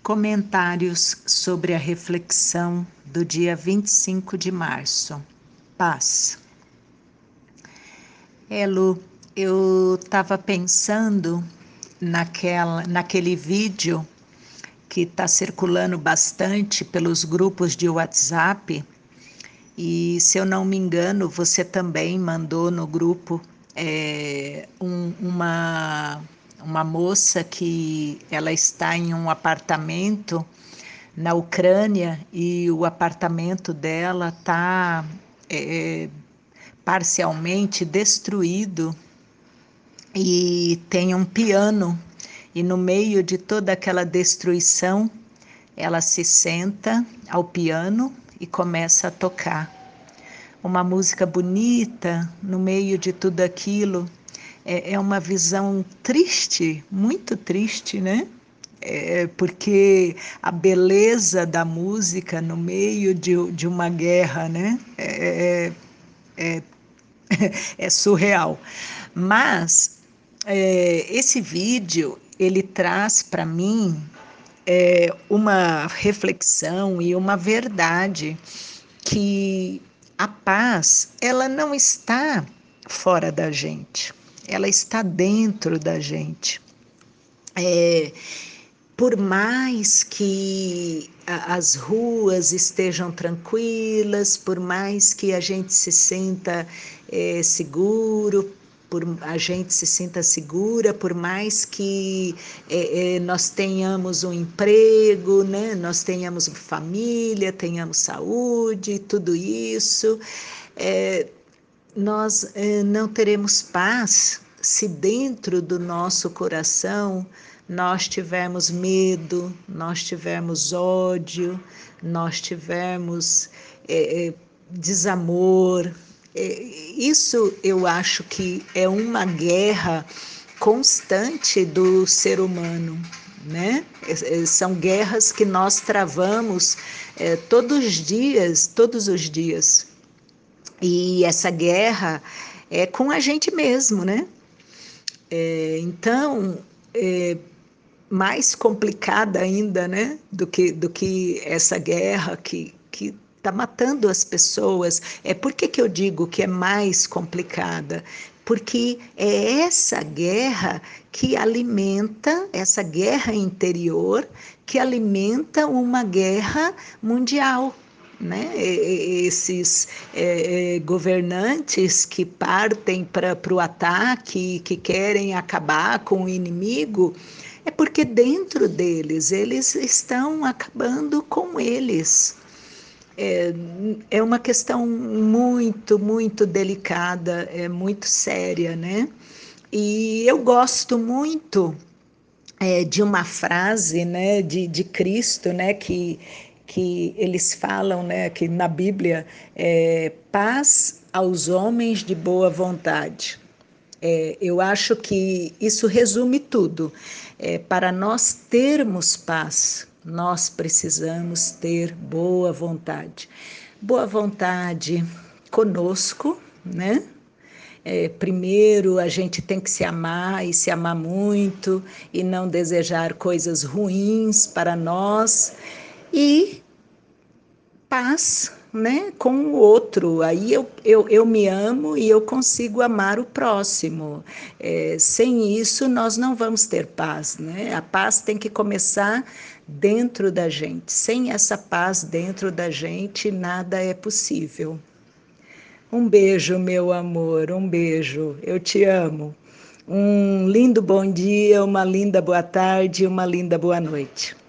Comentários sobre a reflexão do dia 25 de março. Paz. Lu, eu estava pensando naquele vídeo que está circulando bastante pelos grupos de WhatsApp, e se eu não me engano, você também mandou no grupo uma moça que ela está em um apartamento na Ucrânia e o apartamento dela está parcialmente destruído e tem um piano, e no meio de toda aquela destruição ela se senta ao piano e começa a tocar uma música bonita no meio de tudo aquilo. É uma visão triste, muito triste, né? Porque a beleza da música no meio de uma guerra, né? É surreal. Mas esse vídeo ele traz para mim uma reflexão e uma verdade, que a paz ela não está fora da gente, ela está dentro da gente. Por mais que as ruas estejam tranquilas, por mais que a gente se sinta seguro, a gente se sinta segura, por mais que nós tenhamos um emprego, né? Nós tenhamos família, tenhamos saúde, tudo isso, nós não teremos paz se dentro do nosso coração nós tivermos medo, nós tivermos ódio, nós tivermos desamor. Isso eu acho que é uma guerra constante do ser humano, né? São guerras que nós travamos todos os dias. E essa guerra é com a gente mesmo, né? Então, mais complicada ainda, né? Do que essa guerra que está matando as pessoas. Por que eu digo que é mais complicada? Porque é essa guerra que alimenta, essa guerra interior, que alimenta uma guerra mundial. Né? Esses governantes que partem para o ataque, que querem acabar com o inimigo, é porque dentro deles eles estão acabando com eles. É uma questão muito, muito delicada, muito séria, né? E eu gosto muito de uma frase, né, de Cristo, né, que eles falam, né, que na Bíblia paz aos homens de boa vontade. Eu acho que isso resume tudo. Para nós termos paz, nós precisamos ter boa vontade. Boa vontade conosco, né? Primeiro, a gente tem que se amar e se amar muito e não desejar coisas ruins para nós. E paz, né, com o outro. Aí eu me amo e eu consigo amar o próximo. Sem isso, nós não vamos ter paz, né? A paz tem que começar dentro da gente. Sem essa paz dentro da gente, nada é possível. Um beijo, meu amor, um beijo. Eu te amo. Um lindo bom dia, uma linda boa tarde, uma linda boa noite.